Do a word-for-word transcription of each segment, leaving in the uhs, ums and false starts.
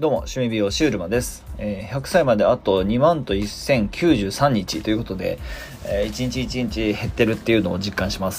どうも、趣味美容師うるまです、えー。ひゃくさいまであとにまんとせんきゅうじゅうさんにちということで、えー、いちにちいちにち減ってるっていうのを実感します。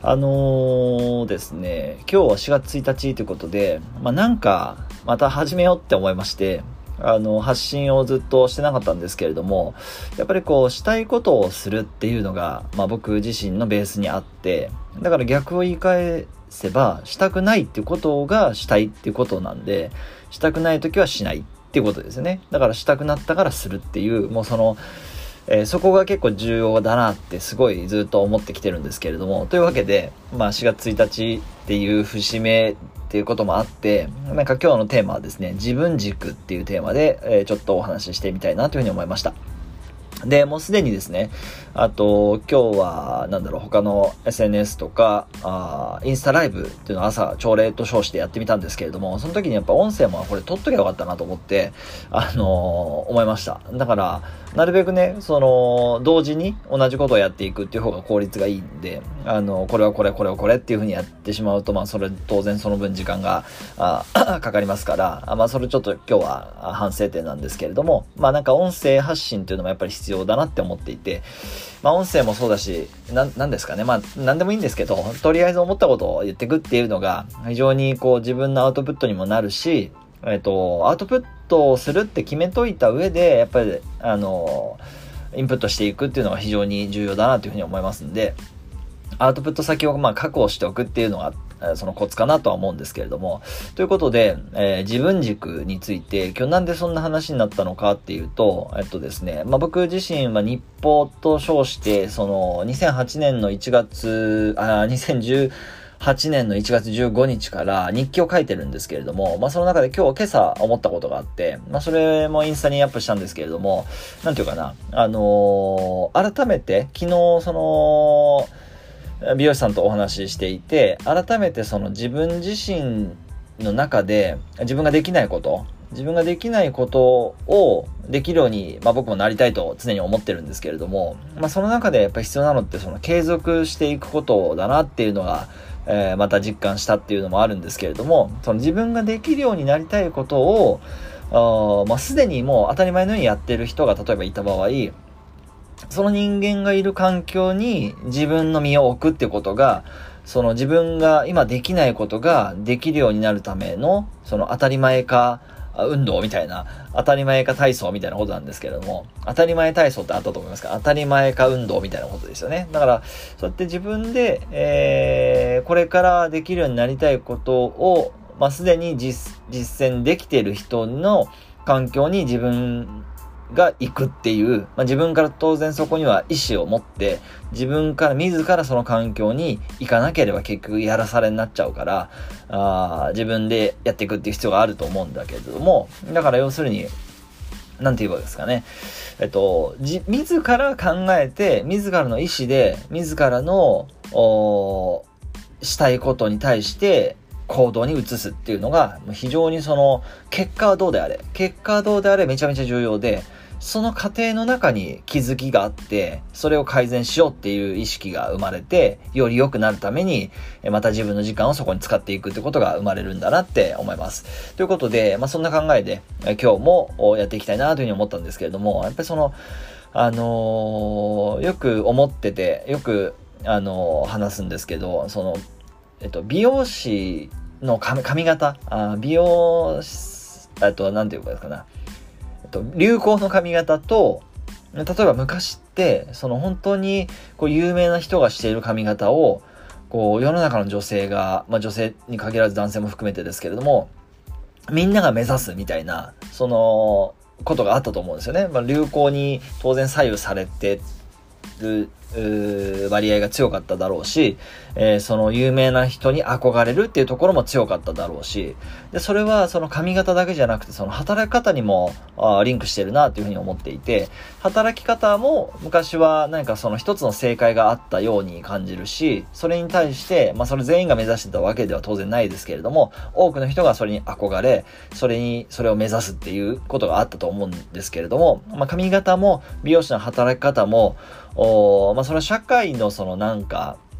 あのー、ですね、今日はしがつついたちということで、まあ、なんかまた始めようって思いまして、あの発信をずっとしてなかったんですけれども、やっぱりこうしたいことをするっていうのが、まあ、僕自身のベースにあって、だから逆を言い返せばしたくないっていうことがしたいっていうことなんで、したくないときはしないっていうことですね。だからしたくなったからするっていう、もうその、えー、そこが結構重要だなってすごいずっと思ってきてるんですけれども、というわけで、まあしがつついたちっていう節目っていうこともあって、なんか今日のテーマはですね、自分軸っていうテーマで、えー、ちょっとお話ししてみたいなというふうに思いました。で、もうすでにですね、あと、今日は、なんだろう、他の エスエヌエス とか、あインスタライブっていうのを朝、朝礼と称してやってみたんですけれども、その時にやっぱ音声もこれ撮っときゃよかったなと思って、あのー、思いました。だから、なるべくね、その、同時に同じことをやっていくっていう方が効率がいいんで、あの、これはこれ、これはこれっていう風にやってしまうと、まあ、それ、当然その分時間が、あかかりますから、あまあ、それちょっと今日は反省点なんですけれども、まあ、なんか音声発信っていうのもやっぱり必要だなって思っていて、まあ、音声もそうだし、な、なんですかね、まあ、なんでもいいんですけど、とりあえず思ったことを言っていくっていうのが、非常にこう、自分のアウトプットにもなるし、えっと、アウトプットをするって決めといた上で、やっぱり、あの、インプットしていくっていうのが非常に重要だなというふうに思いますんで、アウトプット先をまあ確保しておくっていうのが、そのコツかなとは思うんですけれども。ということで、えー、自分軸について、今日なんでそんな話になったのかっていうと、えっとですね、まあ僕自身は日報と称して、その、にせんはちねんのいちがつ、あ、にせんじゅうはちねんのいちがつじゅうごにちから日記を書いてるんですけれども、まあその中で今日今朝思ったことがあって、まあそれもインスタにアップしたんですけれども、なんていうかな、あのー、改めて昨日その、美容師さんとお話ししていて、改めてその自分自身の中で自分ができないこと、自分ができないことをできるように、まあ僕もなりたいと常に思ってるんですけれども、まあその中でやっぱり必要なのってその継続していくことだなっていうのが、えー、また実感したっていうのもあるんですけれども、その自分ができるようになりたいことを、あまあすでにもう当たり前のようにやってる人が例えばいた場合、その人間がいる環境に自分の身を置くってことが、その自分が今できないことができるようになるための、その当たり前化運動みたいな、当たり前化体操みたいなことなんですけれども、当たり前体操ってあったと思いますか？当たり前化運動みたいなことですよね。だから、そうやって自分で、えー、これからできるようになりたいことを、まあ、すでに実、実践できている人の環境に自分が行くっていう、まあ、自分から当然そこには意思を持って、自分から自らその環境に行かなければ結局やらされになっちゃうから、あ自分でやっていくっていう必要があると思うんだけれども、だから要するに、なんて言えばですかね。えっと、じ、自ら考えて、自らの意思で、自らの、おしたいことに対して、行動に移すっていうのが非常にその結果はどうであれ結果はどうであれめちゃめちゃ重要で、その過程の中に気づきがあってそれを改善しようっていう意識が生まれて、より良くなるためにまた自分の時間をそこに使っていくってことが生まれるんだなって思います。ということで、まあ、そんな考えで今日もやっていきたいなというふうに思ったんですけれども、やっぱりそのあのー、よく思っててよくあのー、話すんですけど、そのえっと、美容師の髪、髪型、あ美容師、あと、なんていうかですかな、えっと、流行の髪型と、例えば昔って、その本当に、こう、有名な人がしている髪型を、こう、世の中の女性が、まあ女性に限らず男性も含めてですけれども、みんなが目指すみたいな、その、ことがあったと思うんですよね。まあ、流行に当然左右されてる、割合が強かっただろうし、えー、その有名な人に憧れるっていうところも強かっただろうし、でそれはその髪型だけじゃなくてその働き方にもあリンクしてるなというふうに思っていて、働き方も昔は何かその一つの正解があったように感じるし、それに対してまあそれ全員が目指してたわけでは当然ないですけれども、多くの人がそれに憧れ、それにそれを目指すっていうことがあったと思うんですけれども、まあ、髪型も美容師の働き方もおまあそれは社会のそのなんか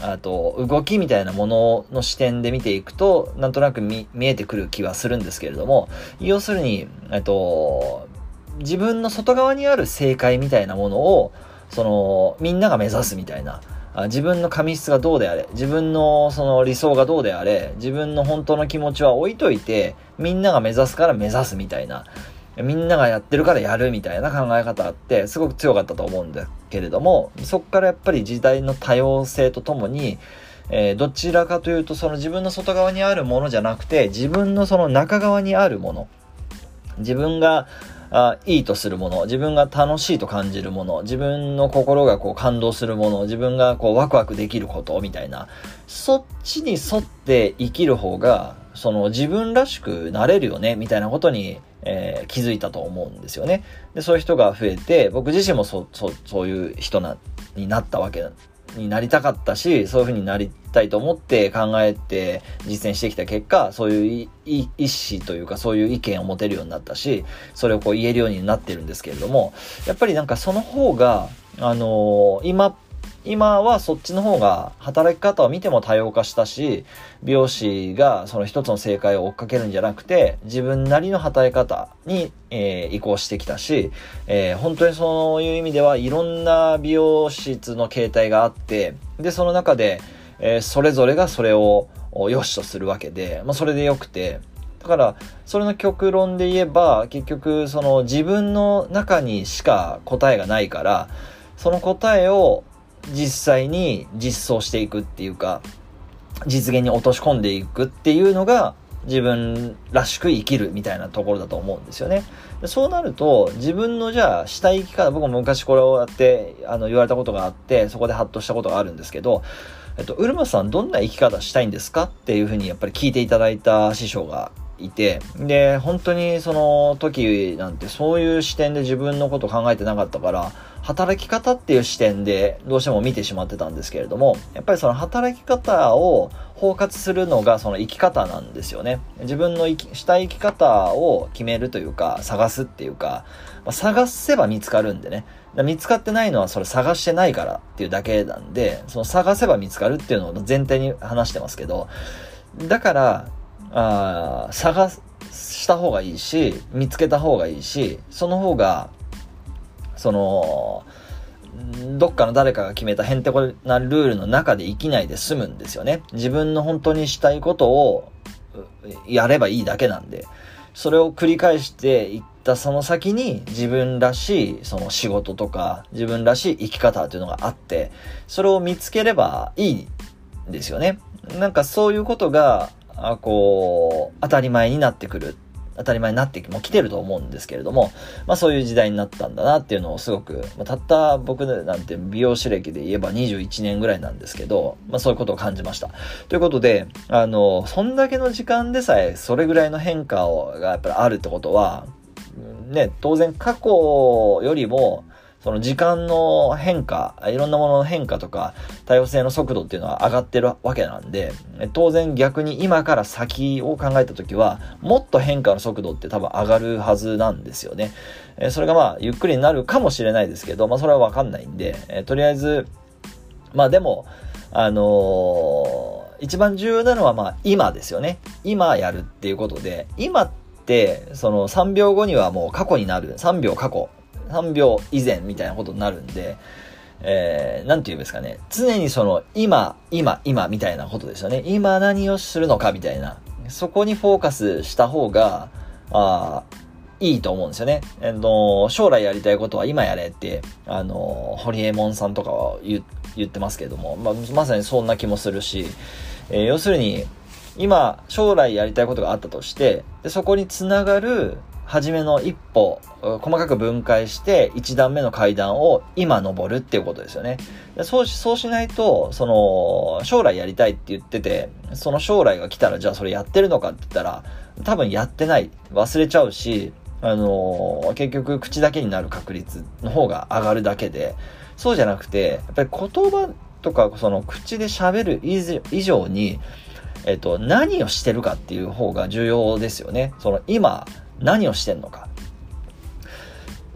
あと動きみたいなものの視点で見ていくとなんとなく 見, 見えてくる気はするんですけれども、要するにえっと自分の外側にある正解みたいなものをそのみんなが目指すみたいな、自分の髪質がどうであれ、自分のその理想がどうであれ、自分の本当の気持ちは置いといてみんなが目指すから目指すみたいな、みんながやってるからやるみたいな考え方ってすごく強かったと思うんだけれども、そこからやっぱり時代の多様性とともに、えー、どちらかというとその自分の外側にあるものじゃなくて自分のその中側にあるもの、自分があいいとするもの、自分が楽しいと感じるもの、自分の心がこう感動するもの、自分がこうワクワクできることみたいな、そっちに沿って生きる方がその自分らしくなれるよねみたいなことに、えー、気づいたと思うんですよね。でそういう人が増えて、僕自身もそそそういう人なになったわけになりたかったし、そういう風になりたいと思って考えて実践してきた結果、そういう意思というかそういう意見を持てるようになったし、それをこう言えるようになってるんですけれども、やっぱりなんかその方があのー、今今はそっちの方が働き方を見ても多様化したし、美容師がその一つの正解を追っかけるんじゃなくて自分なりの働き方に、えー、移行してきたし、えー、本当にそういう意味ではいろんな美容室の形態があって、でその中で、えー、それぞれがそれを良しとするわけで、まあ、それでよくて、だからそれの極論で言えば結局その自分の中にしか答えがないから、その答えを実際に実装していくっていうか実現に落とし込んでいくっていうのが自分らしく生きるみたいなところだと思うんですよね。でそうなると自分のじゃあしたい生き方、僕も昔これをやってあの言われたことがあって、そこでハッとしたことがあるんですけど、えっと、うるまさんどんな生き方したいんですかっていうふうにやっぱり聞いていただいた師匠がいて、で本当にその時なんてそういう視点で自分のこと考えてなかったから、働き方っていう視点でどうしても見てしまってたんですけれども、やっぱりその働き方を包括するのがその生き方なんですよね。自分の生きしたい生き方を決めるというか探すっていうか、まあ、探せば見つかるんでね、見つかってないのはそれ探してないからっていうだけなんで、その探せば見つかるっていうのを前提に話してますけど、だからあ探した方がいいし見つけた方がいいし、その方がそのどっかの誰かが決めたへんてこなルールの中で生きないで済むんですよね。自分の本当にしたいことをやればいいだけなんで、それを繰り返していったその先に自分らしいその仕事とか自分らしい生き方というのがあって、それを見つければいいんですよね。なんかそういうことがあこう当たり前になってくる、当たり前になってもう来てると思うんですけれども、まあそういう時代になったんだなっていうのをすごく、まあ、たった僕なんて美容師歴で言えばにじゅういちねんぐらいなんですけど、まあそういうことを感じました。ということで、あのそんだけの時間でさえそれぐらいの変化をがやっぱりあるってことはね、当然過去よりもその時間の変化、いろんなものの変化とか多様性の速度っていうのは上がってるわけなんで、当然逆に今から先を考えたときはもっと変化の速度って多分上がるはずなんですよね。それがまあゆっくりになるかもしれないですけど、まあそれはわかんないんで、とりあえずまあでもあのー、一番重要なのはまあ今ですよね。今やるっていうことで、今ってそのさんびょうごにはもう過去になる、さんびょう過去、さんびょう以前みたいなことになるんで、えー、なんていうんですかね、常にその今今今みたいなことですよね。今何をするのかみたいな、そこにフォーカスした方があいいと思うんですよね。えー、の将来やりたいことは今やれってあのホリエモンさんとかは 言, 言ってますけれども、まあ、まさにそんな気もするし、えー、要するに今将来やりたいことがあったとして、でそこにつながる初めの一歩、細かく分解して一段目の階段を今登るっていうことですよね。そうし、そうしないと、その将来やりたいって言ってて、その将来が来たらじゃあそれやってるのかって言ったら多分やってない、忘れちゃうし、あのー、結局口だけになる確率の方が上がるだけで、そうじゃなくてやっぱり言葉とかその口で喋る以上に、えっと、何をしてるかっていう方が重要ですよね。その今何をしてんのか。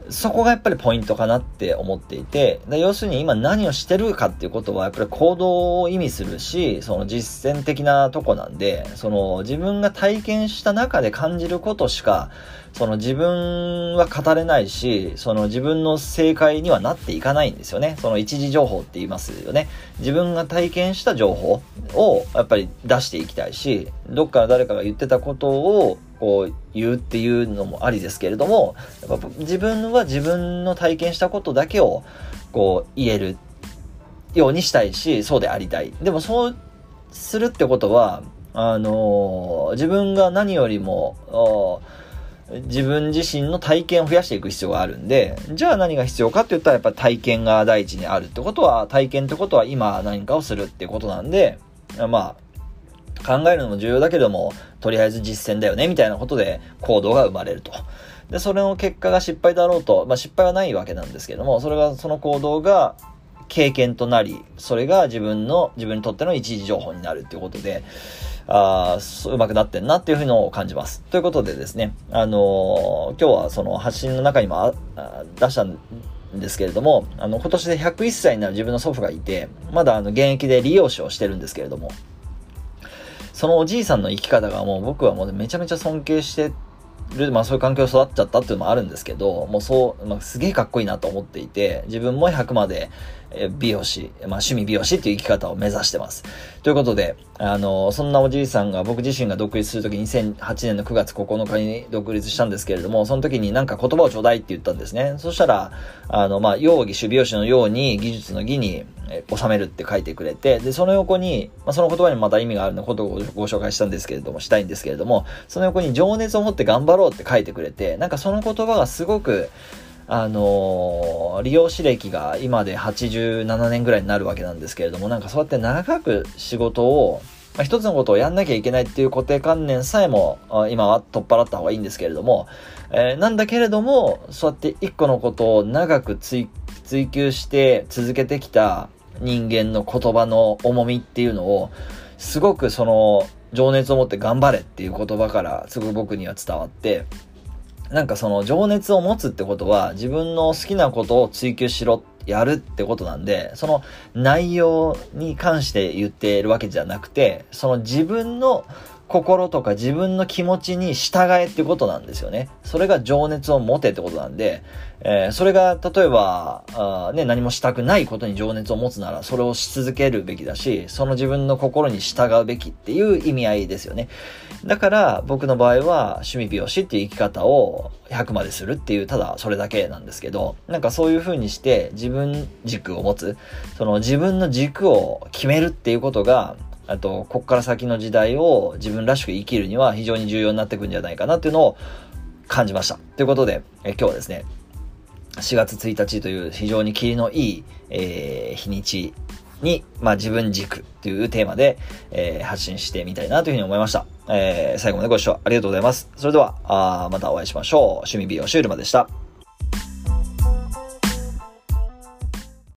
そこがやっぱりポイントかなって思っていて、要するに今何をしてるかっていうことはやっぱり行動を意味するし、その実践的なとこなんで、その自分が体験した中で感じることしか、その自分は語れないし、その自分の正解にはなっていかないんですよね。その一時情報って言いますよね。自分が体験した情報をやっぱり出していきたいし、どっか誰かが言ってたことをこう言うっていうのもありですけれども、やっぱ自分は自分の体験したことだけをこう言えるようにしたいし、そうでありたい。でもそうするってことは、あのー、自分が何よりも自分自身の体験を増やしていく必要があるんで、じゃあ何が必要かって言ったらやっぱり体験が第一にあるってことは、体験ってことは今何かをするってことなんで、まあ考えるのも重要だけども、とりあえず実践だよねみたいなことで行動が生まれると。で、それの結果が失敗だろうと、まあ失敗はないわけなんですけども、それが、その行動が経験となり、それが自分の、自分にとっての一時情報になるっていうことで、ああ、うまくなってんなっていうふうのを感じます。ということでですね、あのー、今日はその発信の中にも出したんですけれども、あの、今年でひゃくいっさいになる自分の祖父がいて、まだあの現役で理容師をしてるんですけれども、そのおじいさんの生き方がもう僕はもうめちゃめちゃ尊敬してる、まあそういう環境に育っちゃったっていうのもあるんですけど、もうそう、まあ、すげえかっこいいなと思っていて、自分もひゃくまで美容師、まあ趣味美容師っていう生き方を目指してます。ということで、あの、そんなおじいさんが、僕自身が独立するときにせんはちねんのくがつここのかに独立したんですけれども、その時になんか言葉をちょうだいって言ったんですね。そしたら、あの、まあ、容疑主美容師のように技術の技に収めるって書いてくれて、で、その横に、まあ、その言葉にもまた意味があるのことをご紹介したんですけれども、したいんですけれども、その横に情熱を持って頑張ろうって書いてくれて、なんかその言葉がすごく、あのー、利用師歴が今ではちじゅうななねんぐらいになるわけなんですけれども、なんかそうやって長く仕事を、まあ、一つのことをやんなきゃいけないっていう固定観念さえも今は取っ払った方がいいんですけれども、えー、なんだけれども、そうやって一個のことを長く追、追求して続けてきた人間の言葉の重みっていうのを、すごくその情熱を持って頑張れっていう言葉からすごく僕には伝わって、なんかその情熱を持つってことは自分の好きなことを追求しろ、やるってことなんで、その内容に関して言っているわけじゃなくて、その自分の心とか自分の気持ちに従えってことなんですよね。それが情熱を持てってことなんで、えー、それが例えばあ、ね、何もしたくないことに情熱を持つならそれをし続けるべきだし、その自分の心に従うべきっていう意味合いですよね。だから僕の場合は趣味美容師っていう生き方をひゃくまでするっていう、ただそれだけなんですけど、なんかそういう風にして自分軸を持つ、その自分の軸を決めるっていうことが、あと、こっから先の時代を自分らしく生きるには非常に重要になってくるんじゃないかなっていうのを感じました。ということで、え今日はですね、しがつついたちという非常に霧のいい、えー、日にちに、まあ自分軸というテーマで、えー、発信してみたいなというふうに思いました。えー、最後までご視聴ありがとうございます。それでは、あまたお会いしましょう。趣味美容師うるまでした。